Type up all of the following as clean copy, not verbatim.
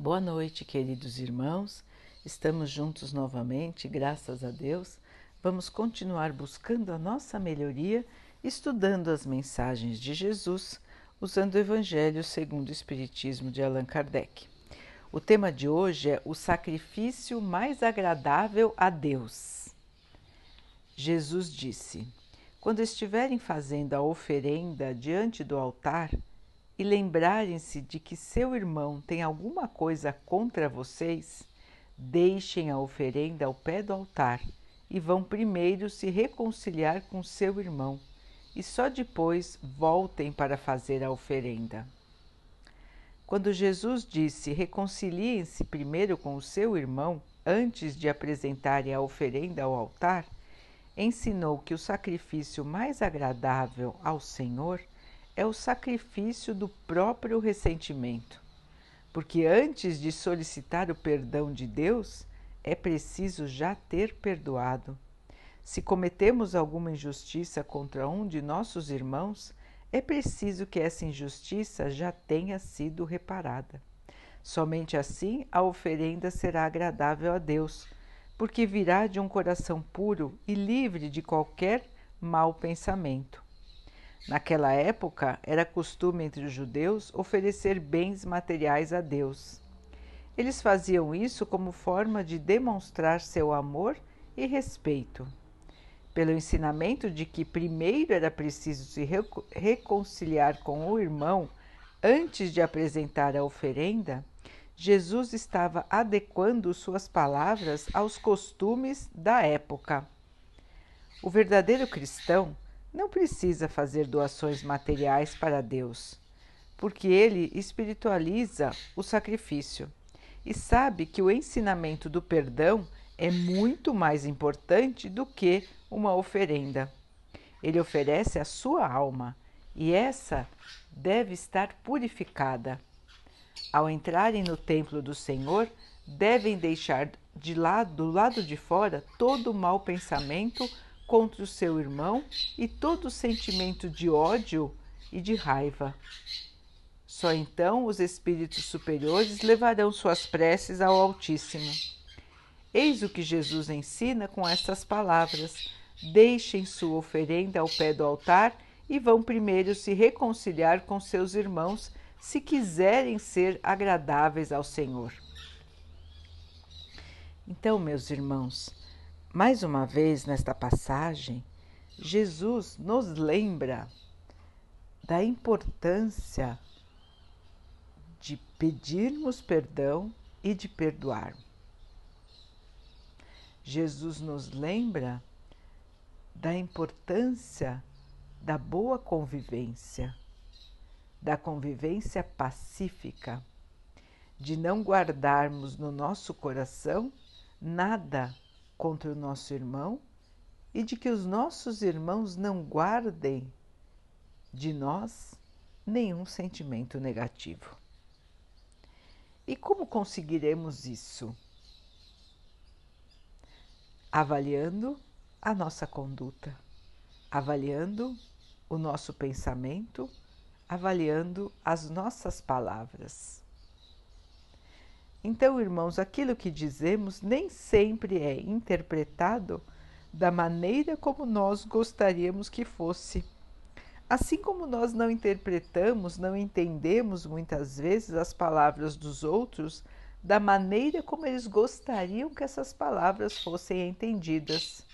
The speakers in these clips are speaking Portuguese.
Boa noite, queridos irmãos. Estamos juntos novamente, graças a Deus. Vamos continuar buscando a nossa melhoria, estudando as mensagens de Jesus, usando o Evangelho segundo o Espiritismo de Allan Kardec. O tema de hoje é o sacrifício mais agradável a Deus. Jesus disse: quando estiverem fazendo a oferenda diante do altar, e lembrarem-se de que seu irmão tem alguma coisa contra vocês, deixem a oferenda ao pé do altar e vão primeiro se reconciliar com seu irmão, e só depois voltem para fazer a oferenda. Quando Jesus disse reconciliem-se primeiro com o seu irmão antes de apresentarem a oferenda ao altar, ensinou que o sacrifício mais agradável ao Senhor é o sacrifício do próprio ressentimento, porque antes de solicitar o perdão de Deus, é preciso já ter perdoado. Se cometemos alguma injustiça contra um de nossos irmãos, é preciso que essa injustiça já tenha sido reparada. Somente assim a oferenda será agradável a Deus, porque virá de um coração puro e livre de qualquer mau pensamento. Naquela época, era costume entre os judeus oferecer bens materiais a Deus. Eles faziam isso como forma de demonstrar seu amor e respeito. Pelo ensinamento de que primeiro era preciso se reconciliar com o irmão antes de apresentar a oferenda, Jesus estava adequando suas palavras aos costumes da época. O verdadeiro cristão não precisa fazer doações materiais para Deus, porque ele espiritualiza o sacrifício e sabe que o ensinamento do perdão é muito mais importante do que uma oferenda. Ele oferece a sua alma e essa deve estar purificada. Ao entrarem no templo do Senhor, devem deixar do lado de fora todo o mau pensamento contra o seu irmão e todo o sentimento de ódio e de raiva. Só então os espíritos superiores levarão suas preces ao Altíssimo. Eis o que Jesus ensina com estas palavras: deixem sua oferenda ao pé do altar e vão primeiro se reconciliar com seus irmãos, se quiserem ser agradáveis ao Senhor. Então, meus irmãos, mais uma vez nesta passagem, Jesus nos lembra da importância de pedirmos perdão e de perdoar. Jesus nos lembra da importância da boa convivência, da convivência pacífica, de não guardarmos no nosso coração nada contra o nosso irmão e de que os nossos irmãos não guardem de nós nenhum sentimento negativo. E como conseguiremos isso? Avaliando a nossa conduta, avaliando o nosso pensamento, avaliando as nossas palavras. Então, irmãos, aquilo que dizemos nem sempre é interpretado da maneira como nós gostaríamos que fosse. Assim como nós não interpretamos, não entendemos muitas vezes as palavras dos outros da maneira como eles gostariam que essas palavras fossem entendidas.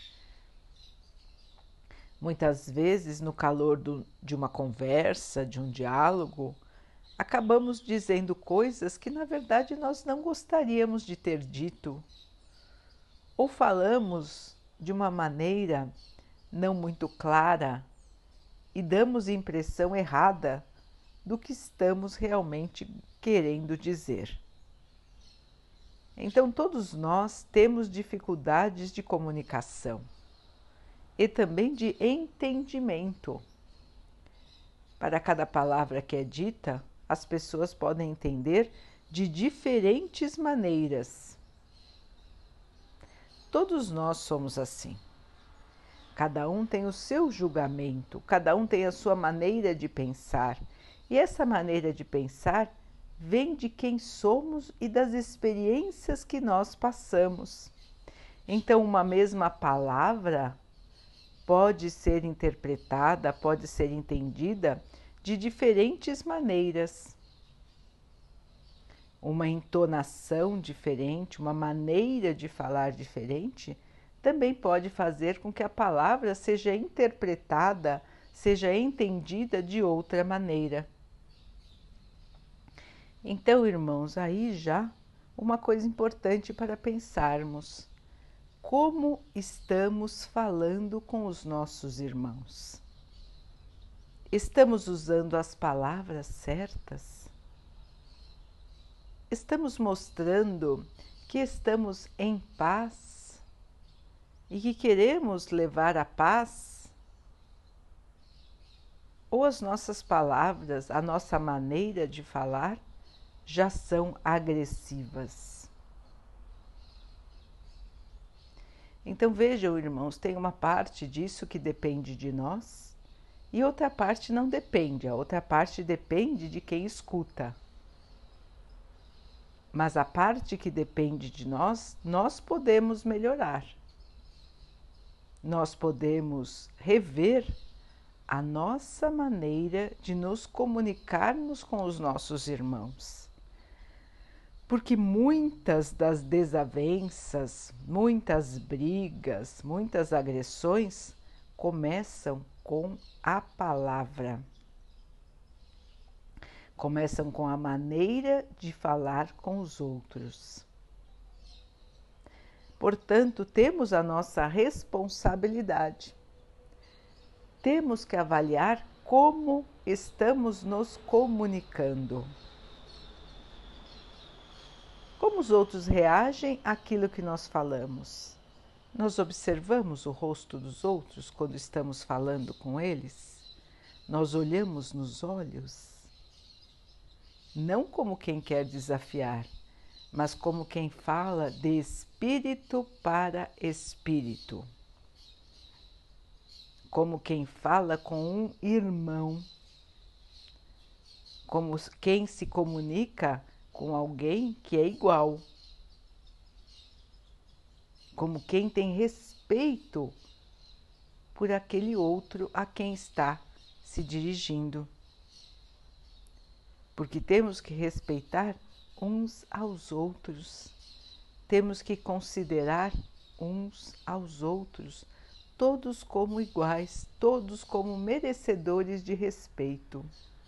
Muitas vezes, no calor de uma conversa, de um diálogo, acabamos dizendo coisas que na verdade nós não gostaríamos de ter dito, ou falamos de uma maneira não muito clara e damos impressão errada do que estamos realmente querendo dizer. Então, todos nós temos dificuldades de comunicação e também de entendimento. Para cada palavra que é dita, as pessoas podem entender de diferentes maneiras. Todos nós somos assim. Cada um tem o seu julgamento, cada um tem a sua maneira de pensar. E essa maneira de pensar vem de quem somos e das experiências que nós passamos. Então, uma mesma palavra pode ser interpretada, pode ser entendida de diferentes maneiras. Uma entonação diferente, uma maneira de falar diferente, também pode fazer com que a palavra seja interpretada, seja entendida de outra maneira. Então, irmãos, aí já uma coisa importante para pensarmos: como estamos falando com os nossos irmãos? Estamos usando as palavras certas? Estamos mostrando que estamos em paz e que queremos levar a paz? Ou as nossas palavras, a nossa maneira de falar já são agressivas? Então vejam, irmãos, tem uma parte disso que depende de nós e outra parte não depende, a outra parte depende de quem escuta. Mas a parte que depende de nós, nós podemos melhorar. Nós podemos rever a nossa maneira de nos comunicarmos com os nossos irmãos. Porque muitas das desavenças, muitas brigas, muitas agressões começam com a palavra. Começam com a maneira de falar com os outros. Portanto, temos a nossa responsabilidade. Temos que avaliar como estamos nos comunicando. Como os outros reagem àquilo que nós falamos? Nós observamos o rosto dos outros quando estamos falando com eles? Nós olhamos nos olhos? Não como quem quer desafiar, mas como quem fala de espírito para espírito. Como quem fala com um irmão. Como quem se comunica com alguém que é igual. Como quem tem respeito por aquele outro a quem está se dirigindo. Porque temos que respeitar uns aos outros, temos que considerar uns aos outros, todos como iguais, todos como merecedores de respeito.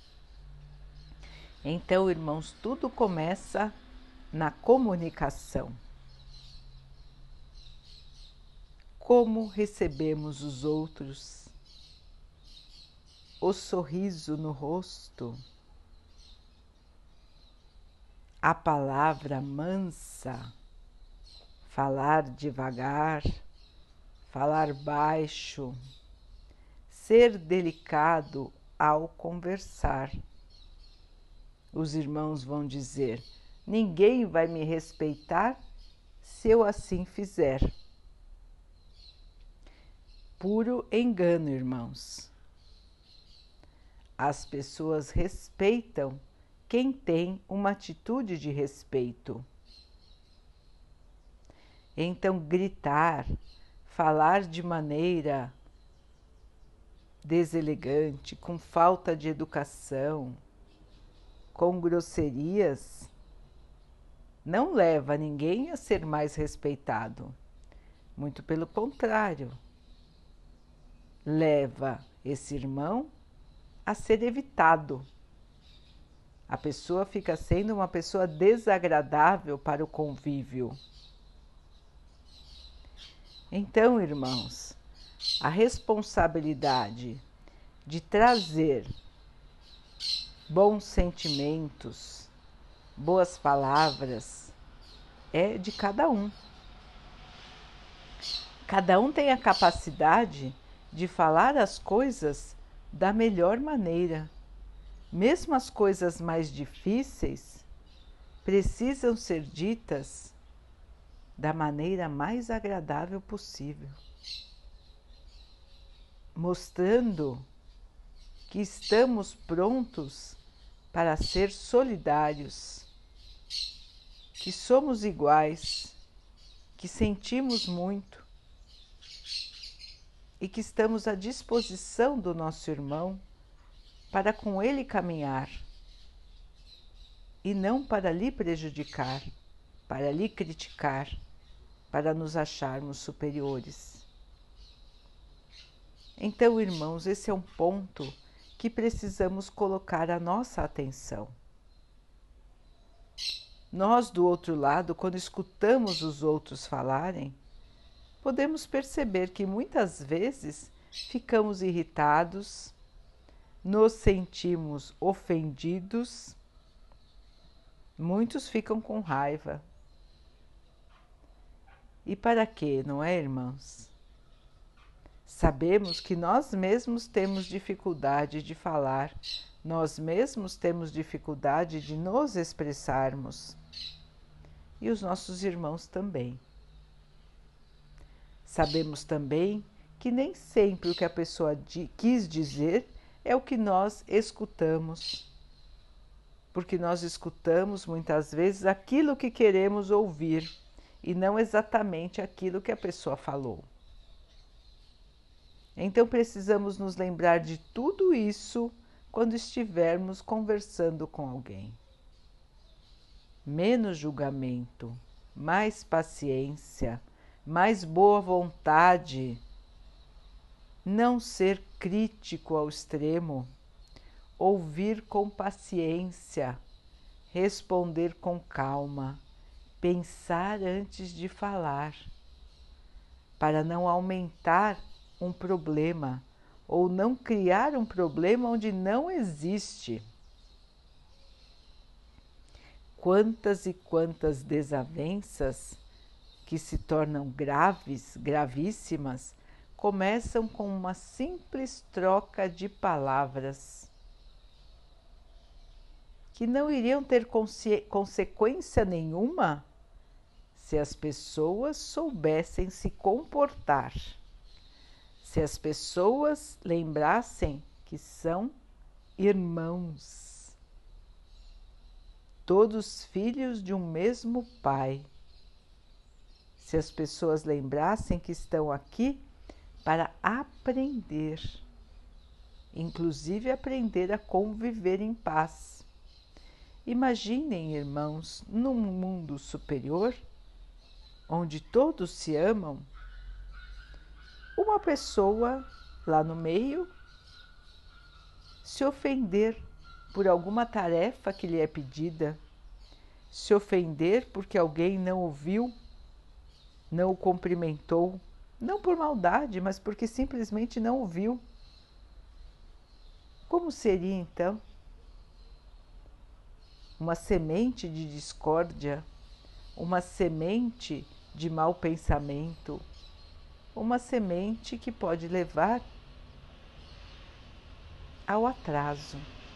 Então, irmãos, tudo começa na comunicação. Como recebemos os outros, o sorriso no rosto, a palavra mansa, falar devagar, falar baixo, ser delicado ao conversar. Os irmãos vão dizer: ninguém vai me respeitar se eu assim fizer. Puro engano, irmãos. As pessoas respeitam quem tem uma atitude de respeito. Então, gritar, falar de maneira deselegante, com falta de educação, com grosserias, não leva ninguém a ser mais respeitado. Muito pelo contrário, leva esse irmão a ser evitado. A pessoa fica sendo uma pessoa desagradável para o convívio. Então, irmãos, a responsabilidade de trazer bons sentimentos, boas palavras, é de cada um. Cada um tem a capacidade de falar as coisas da melhor maneira. Mesmo as coisas mais difíceis precisam ser ditas da maneira mais agradável possível, mostrando que estamos prontos para ser solidários, que somos iguais, que sentimos muito e que estamos à disposição do nosso irmão para com ele caminhar e não para lhe prejudicar, para lhe criticar, para nos acharmos superiores. Então, irmãos, esse é um ponto que precisamos colocar a nossa atenção. Nós, do outro lado, quando escutamos os outros falarem, podemos perceber que muitas vezes ficamos irritados, nos sentimos ofendidos, muitos ficam com raiva. E para quê, não é, irmãos? Sabemos que nós mesmos temos dificuldade de falar, nós mesmos temos dificuldade de nos expressarmos. E os nossos irmãos também. Sabemos também que nem sempre o que a pessoa quis dizer é o que nós escutamos. Porque nós escutamos muitas vezes aquilo que queremos ouvir e não exatamente aquilo que a pessoa falou. Então precisamos nos lembrar de tudo isso quando estivermos conversando com alguém. Menos julgamento, mais paciência, mais boa vontade, não ser crítico ao extremo, ouvir com paciência, responder com calma, pensar antes de falar, para não aumentar um problema ou não criar um problema onde não existe. Quantas e quantas desavenças que se tornam graves, gravíssimas, começam com uma simples troca de palavras, que não iriam ter consequência nenhuma se as pessoas soubessem se comportar. Se as pessoas lembrassem que são irmãos, todos filhos de um mesmo Pai. Se as pessoas lembrassem que estão aqui para aprender, inclusive aprender a conviver em paz. Imaginem, irmãos, num mundo superior, onde todos se amam, uma pessoa lá no meio se ofender por alguma tarefa que lhe é pedida, se ofender porque alguém não ouviu, não o cumprimentou, não por maldade, mas porque simplesmente não ouviu. Como seria então? Uma semente de discórdia, uma semente de mau pensamento, uma semente que pode levar ao atraso.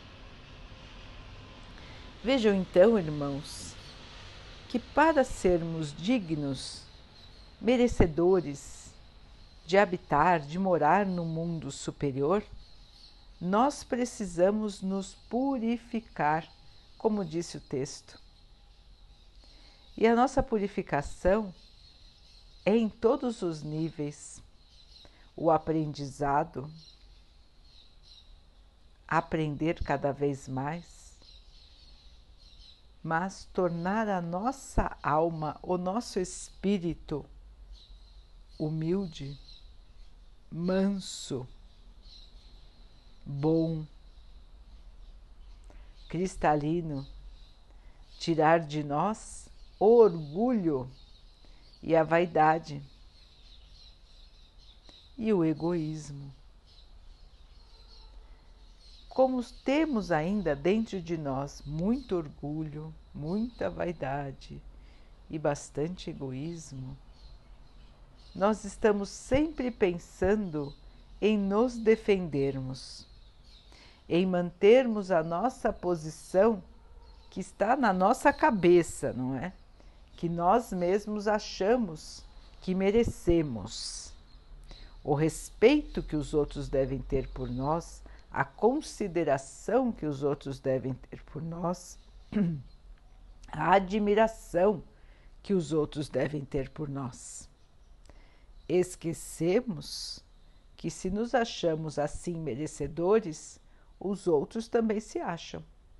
Vejam então, irmãos, que para sermos dignos, merecedores de habitar, de morar no mundo superior, nós precisamos nos purificar, como disse o texto. E a nossa purificação é em todos os níveis. O aprendizado, aprender cada vez mais, mas tornar a nossa alma, o nosso espírito humilde, manso, bom, cristalino, tirar de nós o orgulho e a vaidade e o egoísmo. Como temos ainda dentro de nós muito orgulho, muita vaidade e bastante egoísmo, nós estamos sempre pensando em nos defendermos, em mantermos a nossa posição que está na nossa cabeça, não é? Que nós mesmos achamos que merecemos. O respeito que os outros devem ter por nós, a consideração que os outros devem ter por nós, a admiração que os outros devem ter por nós. Esquecemos que se nos achamos assim merecedores, os outros também se acham.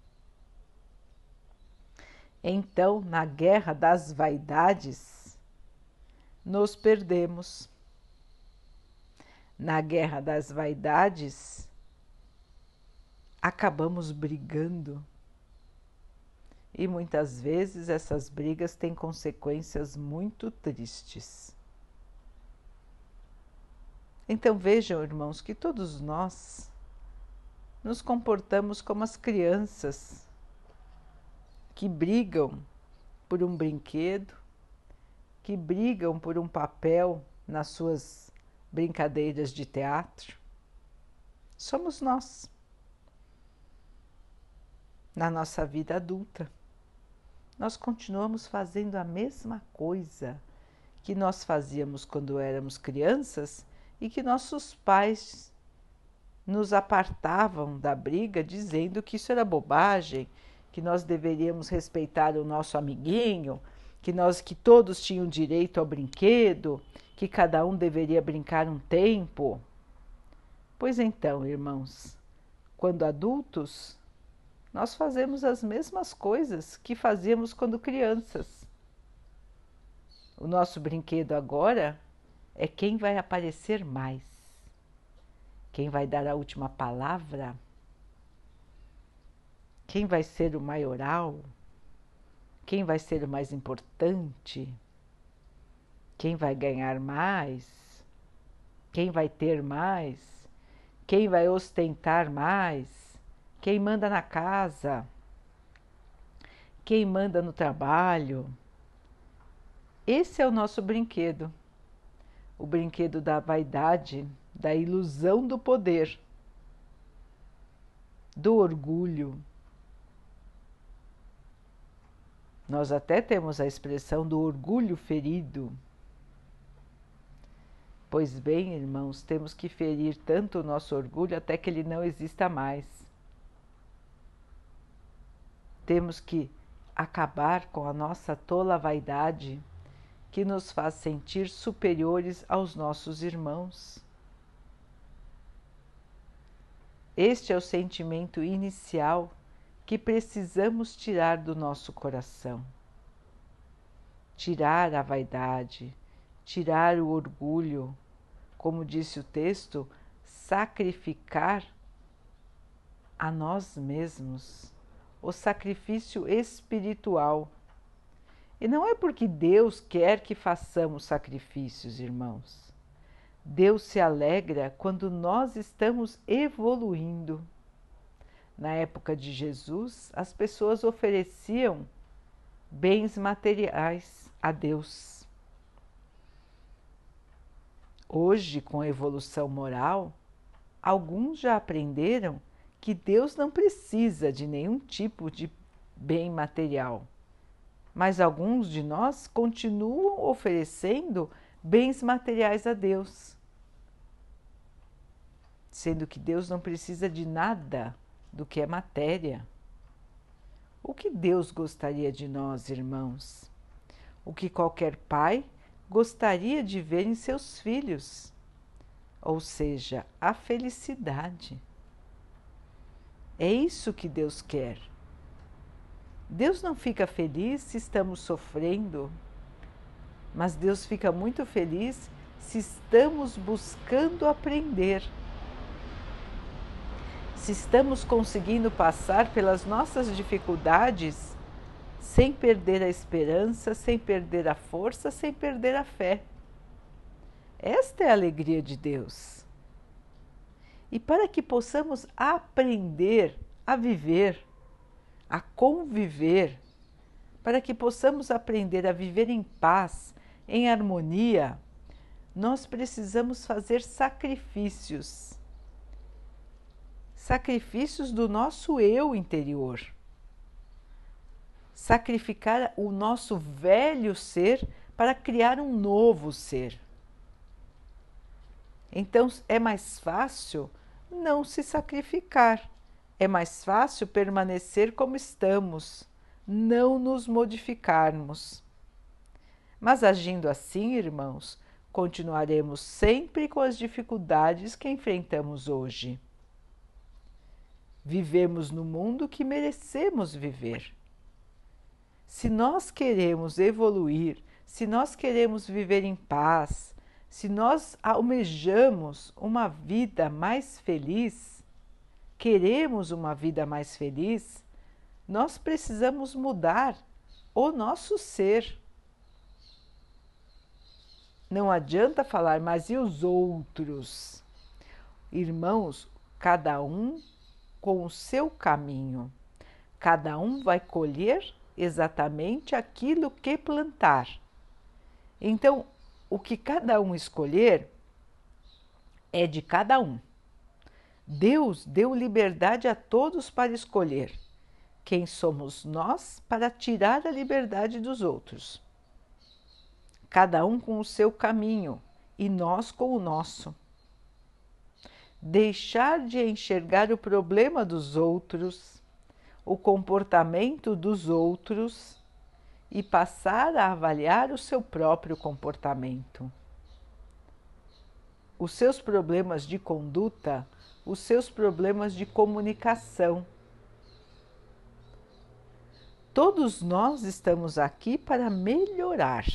Então, na guerra das vaidades, nos perdemos. Na guerra das vaidades, acabamos brigando. E muitas vezes essas brigas têm consequências muito tristes. Então vejam, irmãos, que todos nós nos comportamos como as crianças que brigam por um brinquedo, que brigam por um papel nas suas brincadeiras de teatro. Somos nós, na nossa vida adulta. Nós continuamos fazendo a mesma coisa que nós fazíamos quando éramos crianças e que nossos pais nos apartavam da briga dizendo que isso era bobagem, que nós deveríamos respeitar o nosso amiguinho, que todos tinham direito ao brinquedo, que cada um deveria brincar um tempo. Pois então, irmãos, quando adultos, nós fazemos as mesmas coisas que fazíamos quando crianças. O nosso brinquedo agora é quem vai aparecer mais, quem vai dar a última palavra, quem vai ser o maioral, quem vai ser o mais importante, quem vai ganhar mais, quem vai ter mais, quem vai ostentar mais, quem manda na casa, quem manda no trabalho. Esse é o nosso brinquedo, o brinquedo da vaidade, da ilusão do poder, do orgulho. Nós até temos a expressão do orgulho ferido. Pois bem, irmãos, temos que ferir tanto o nosso orgulho até que ele não exista mais. Temos que acabar com a nossa tola vaidade que nos faz sentir superiores aos nossos irmãos. Este é o sentimento inicial que precisamos tirar do nosso coração. Tirar a vaidade, tirar o orgulho, como disse o texto, sacrificar a nós mesmos, o sacrifício espiritual. E não é porque Deus quer que façamos sacrifícios, irmãos. Deus se alegra quando nós estamos evoluindo. Na época de Jesus, as pessoas ofereciam bens materiais a Deus. Hoje, com a evolução moral, alguns já aprenderam que Deus não precisa de nenhum tipo de bem material, mas alguns de nós continuam oferecendo bens materiais a Deus, sendo que Deus não precisa de nada do que é matéria. O que Deus gostaria de nós, irmãos? O que qualquer pai gostaria de ver em seus filhos, ou seja, a felicidade. É isso que Deus quer. Deus não fica feliz se estamos sofrendo, mas Deus fica muito feliz se estamos buscando aprender. Se estamos conseguindo passar pelas nossas dificuldades sem perder a esperança, sem perder a força, sem perder a fé. Esta é a alegria de Deus. E para que possamos aprender a viver, a conviver, para que possamos aprender a viver em paz, em harmonia, nós precisamos fazer sacrifícios. Sacrifícios do nosso eu interior. Sacrificar o nosso velho ser para criar um novo ser. Então é mais fácil não se sacrificar. É mais fácil permanecer como estamos, não nos modificarmos. Mas agindo assim, irmãos, continuaremos sempre com as dificuldades que enfrentamos hoje. Vivemos no mundo que merecemos viver. Se nós queremos evoluir, se nós queremos viver em paz, se nós almejamos uma vida mais feliz, queremos uma vida mais feliz, nós precisamos mudar o nosso ser. Não adianta falar, mas e os outros? Irmãos, cada um com o seu caminho. Cada um vai colher exatamente aquilo que plantar. Então, o que cada um escolher é de cada um. Deus deu liberdade a todos para escolher. Quem somos nós para tirar a liberdade dos outros? Cada um com o seu caminho e nós com o nosso. Deixar de enxergar o problema dos outros, o comportamento dos outros e passar a avaliar o seu próprio comportamento. Os seus problemas de conduta, os seus problemas de comunicação. Todos nós estamos aqui para melhorar.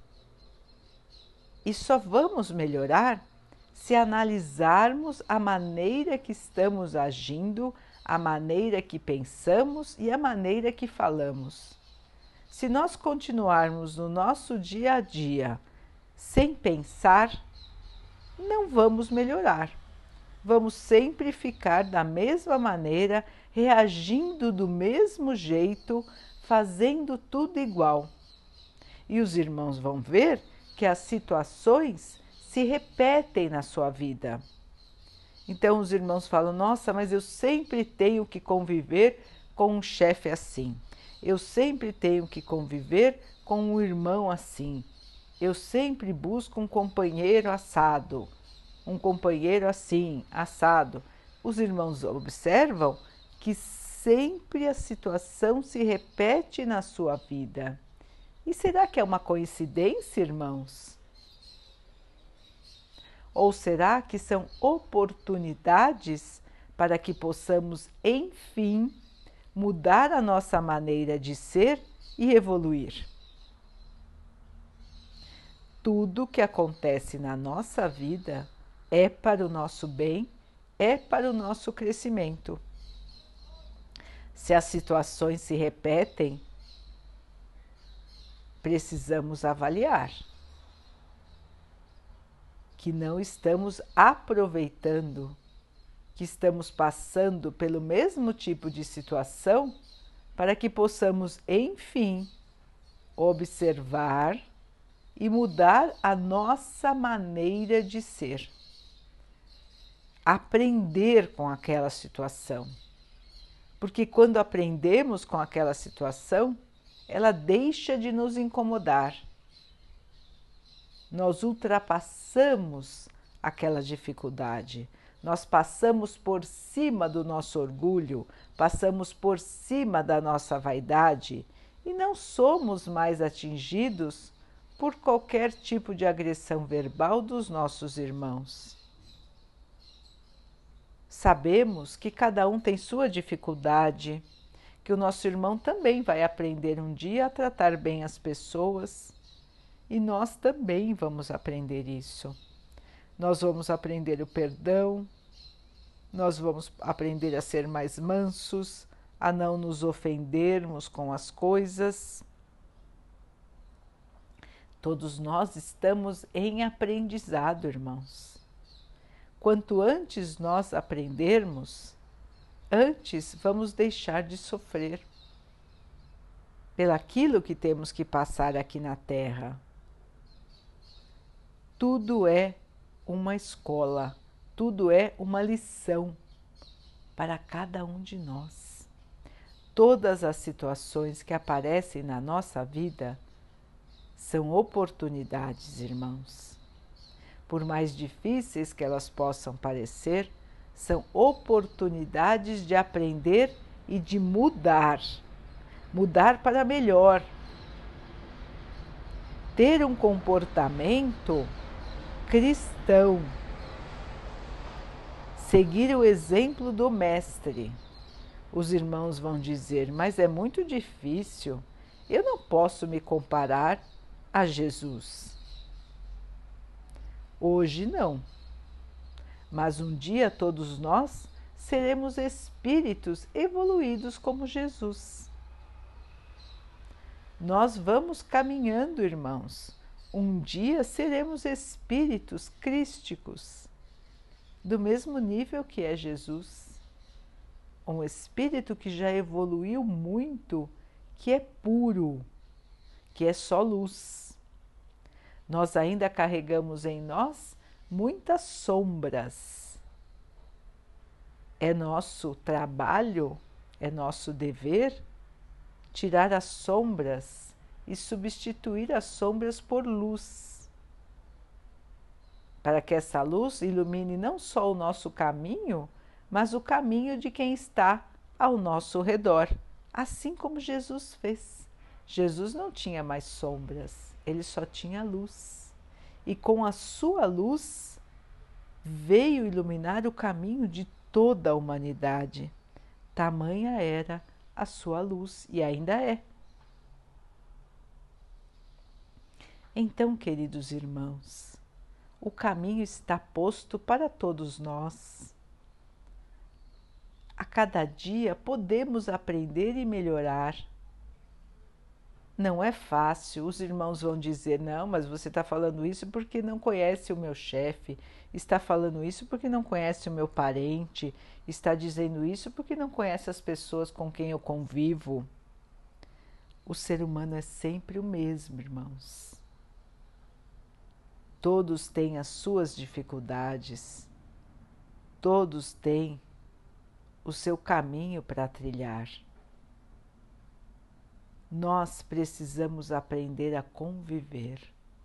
E só vamos melhorar se analisarmos a maneira que estamos agindo, a maneira que pensamos e a maneira que falamos. Se nós continuarmos no nosso dia a dia sem pensar, não vamos melhorar. Vamos sempre ficar da mesma maneira, reagindo do mesmo jeito, fazendo tudo igual. E os irmãos vão ver que as situações se repetem na sua vida. Então os irmãos falam, nossa, mas eu sempre tenho que conviver com um chefe assim. Eu sempre tenho que conviver com um irmão assim. Eu sempre busco um companheiro assado, um companheiro assim, assado. Os irmãos observam que sempre a situação se repete na sua vida. E será que é uma coincidência, irmãos? Ou será que são oportunidades para que possamos, enfim, mudar a nossa maneira de ser e evoluir? Tudo que acontece na nossa vida é para o nosso bem, é para o nosso crescimento. Se as situações se repetem, precisamos avaliar que não estamos aproveitando, que estamos passando pelo mesmo tipo de situação para que possamos, enfim, observar e mudar a nossa maneira de ser. Aprender com aquela situação. Porque quando aprendemos com aquela situação, ela deixa de nos incomodar. Nós ultrapassamos aquela dificuldade, nós passamos por cima do nosso orgulho, passamos por cima da nossa vaidade e não somos mais atingidos por qualquer tipo de agressão verbal dos nossos irmãos. Sabemos que cada um tem sua dificuldade, que o nosso irmão também vai aprender um dia a tratar bem as pessoas. E nós também vamos aprender isso. Nós vamos aprender o perdão, nós vamos aprender a ser mais mansos, a não nos ofendermos com as coisas. Todos nós estamos em aprendizado, irmãos. Quanto antes nós aprendermos, antes vamos deixar de sofrer pelaquilo que temos que passar aqui na Terra. Tudo é uma escola, tudo é uma lição para cada um de nós. Todas as situações que aparecem na nossa vida são oportunidades, irmãos. Por mais difíceis que elas possam parecer, são oportunidades de aprender e de mudar para melhor. Ter um comportamento cristão, seguir o exemplo do Mestre. Os irmãos vão dizer, mas é muito difícil, eu não posso me comparar a Jesus. Hoje não, mas um dia todos nós seremos espíritos evoluídos como Jesus. Nós vamos caminhando, irmãos. Um dia seremos espíritos crísticos, do mesmo nível que é Jesus. Um espírito que já evoluiu muito, que é puro, que é só luz. Nós ainda carregamos em nós muitas sombras. É nosso trabalho, é nosso dever tirar as sombras e substituir as sombras por luz, para que essa luz ilumine não só o nosso caminho, mas o caminho de quem está ao nosso redor, assim como Jesus fez. Jesus não tinha mais sombras, ele só tinha luz. E com a sua luz veio iluminar o caminho de toda a humanidade. Tamanha era a sua luz e ainda é. Então, queridos irmãos, o caminho está posto para todos nós. A cada dia podemos aprender e melhorar. Não é fácil, os irmãos vão dizer, não, mas você está falando isso porque não conhece o meu chefe, está falando isso porque não conhece o meu parente, está dizendo isso porque não conhece as pessoas com quem eu convivo. O ser humano é sempre o mesmo, irmãos. Todos têm as suas dificuldades, todos têm o seu caminho para trilhar. Nós precisamos aprender a conviver,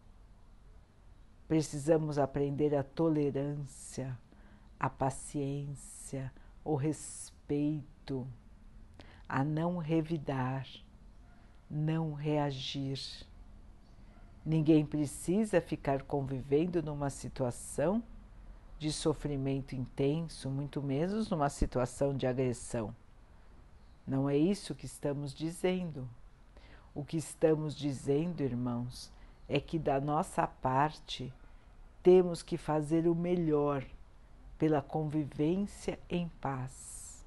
precisamos aprender a tolerância, a paciência, o respeito, a não revidar, não reagir. Ninguém precisa ficar convivendo numa situação de sofrimento intenso, muito menos numa situação de agressão. Não é isso que estamos dizendo. O que estamos dizendo, irmãos, é que da nossa parte temos que fazer o melhor pela convivência em paz.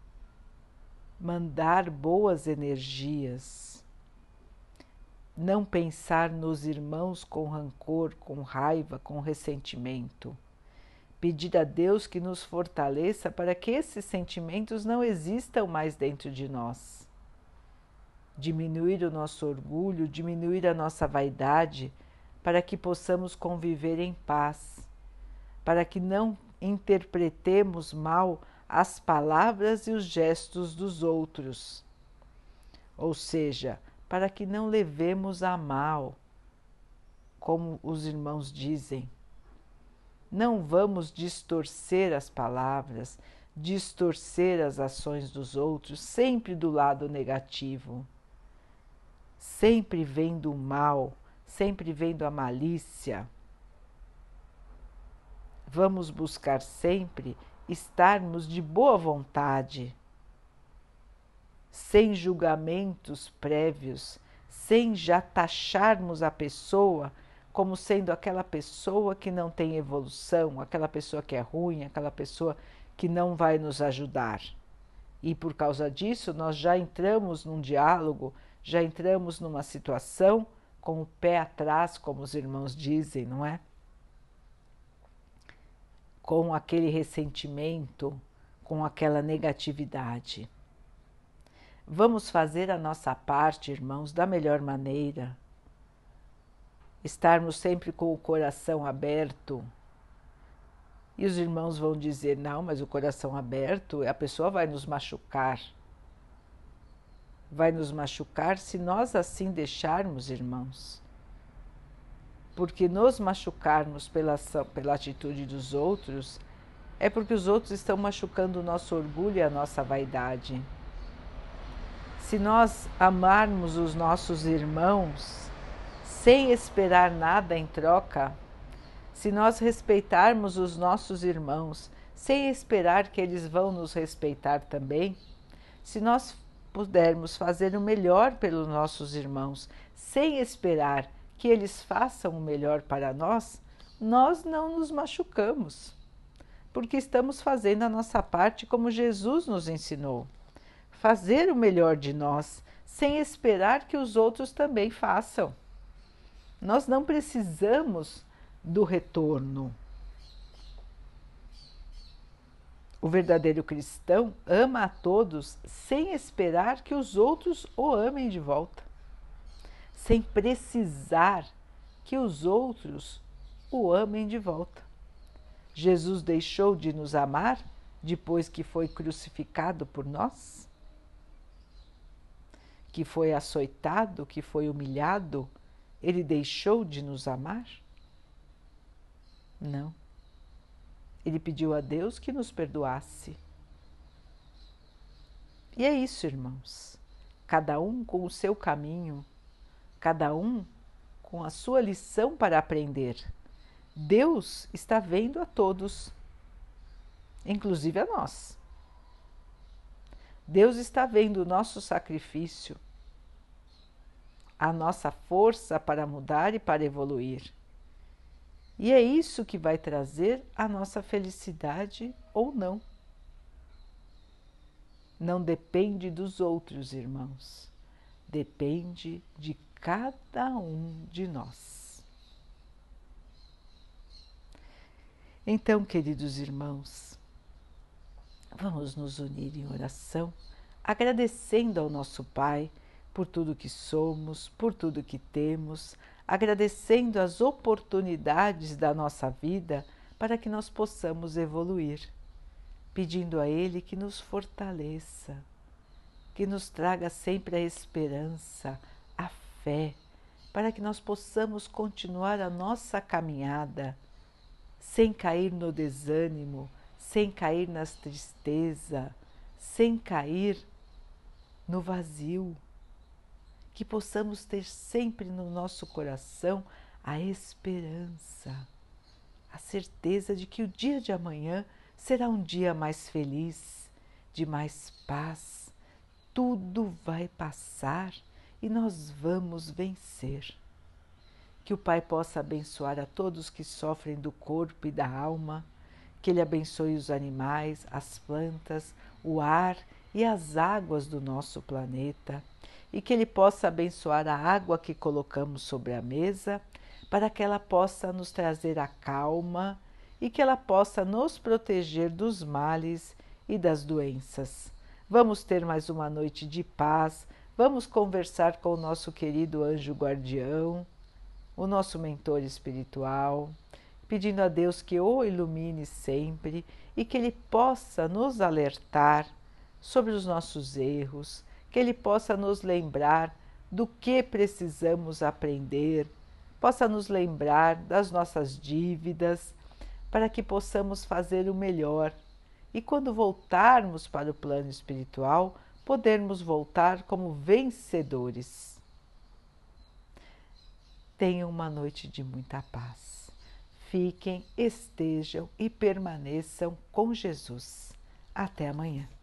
Mandar boas energias. Não pensar nos irmãos com rancor, com raiva, com ressentimento. Pedir a Deus que nos fortaleça para que esses sentimentos não existam mais dentro de nós. Diminuir o nosso orgulho, diminuir a nossa vaidade, para que possamos conviver em paz, para que não interpretemos mal as palavras e os gestos dos outros. Ou seja, para que não levemos a mal, como os irmãos dizem. Não vamos distorcer as palavras, distorcer as ações dos outros, sempre do lado negativo, sempre vendo o mal, sempre vendo a malícia. Vamos buscar sempre estarmos de boa vontade, sem julgamentos prévios, sem já taxarmos a pessoa como sendo aquela pessoa que não tem evolução, aquela pessoa que é ruim, aquela pessoa que não vai nos ajudar. E por causa disso nós já entramos num diálogo, já entramos numa situação com o pé atrás, como os irmãos dizem, não é? Com aquele ressentimento, com aquela negatividade. Vamos fazer a nossa parte, irmãos, da melhor maneira. Estarmos sempre com o coração aberto. E os irmãos vão dizer, não, mas o coração aberto, a pessoa vai nos machucar. Vai nos machucar se nós assim deixarmos, irmãos. Porque nos machucarmos pela atitude dos outros é porque os outros estão machucando o nosso orgulho e a nossa vaidade. Se nós amarmos os nossos irmãos sem esperar nada em troca, se nós respeitarmos os nossos irmãos sem esperar que eles vão nos respeitar também, se nós pudermos fazer o melhor pelos nossos irmãos sem esperar que eles façam o melhor para nós, nós não nos machucamos, porque estamos fazendo a nossa parte como Jesus nos ensinou. Fazer o melhor de nós, sem esperar que os outros também façam. Nós não precisamos do retorno. O verdadeiro cristão ama a todos sem esperar que os outros o amem de volta, sem precisar que os outros o amem de volta. Jesus deixou de nos amar depois que foi crucificado por nós? Que foi açoitado, que foi humilhado, ele deixou de nos amar? Não. Ele pediu a Deus que nos perdoasse. E é isso, irmãos. Cada um com o seu caminho, cada um com a sua lição para aprender. Deus está vendo a todos, inclusive a nós. Deus está vendo o nosso sacrifício, a nossa força para mudar e para evoluir. E é isso que vai trazer a nossa felicidade ou não. Não depende dos outros, irmãos. Depende de cada um de nós. Então, queridos irmãos, vamos nos unir em oração, agradecendo ao nosso Pai por tudo que somos, por tudo que temos, agradecendo as oportunidades da nossa vida para que nós possamos evoluir, pedindo a Ele que nos fortaleça, que nos traga sempre a esperança, a fé, para que nós possamos continuar a nossa caminhada sem cair no desânimo, sem cair na tristeza, sem cair no vazio. Que possamos ter sempre no nosso coração a esperança, a certeza de que o dia de amanhã será um dia mais feliz, de mais paz. Tudo vai passar e nós vamos vencer. Que o Pai possa abençoar a todos que sofrem do corpo e da alma, que Ele abençoe os animais, as plantas, o ar e as águas do nosso planeta, e que Ele possa abençoar a água que colocamos sobre a mesa, para que ela possa nos trazer a calma e que ela possa nos proteger dos males e das doenças. Vamos ter mais uma noite de paz, vamos conversar com o nosso querido anjo guardião, o nosso mentor espiritual, pedindo a Deus que o ilumine sempre e que Ele possa nos alertar sobre os nossos erros, que Ele possa nos lembrar do que precisamos aprender, possa nos lembrar das nossas dívidas, para que possamos fazer o melhor e quando voltarmos para o plano espiritual, podermos voltar como vencedores. Tenham uma noite de muita paz. Fiquem, estejam e permaneçam com Jesus. Até amanhã.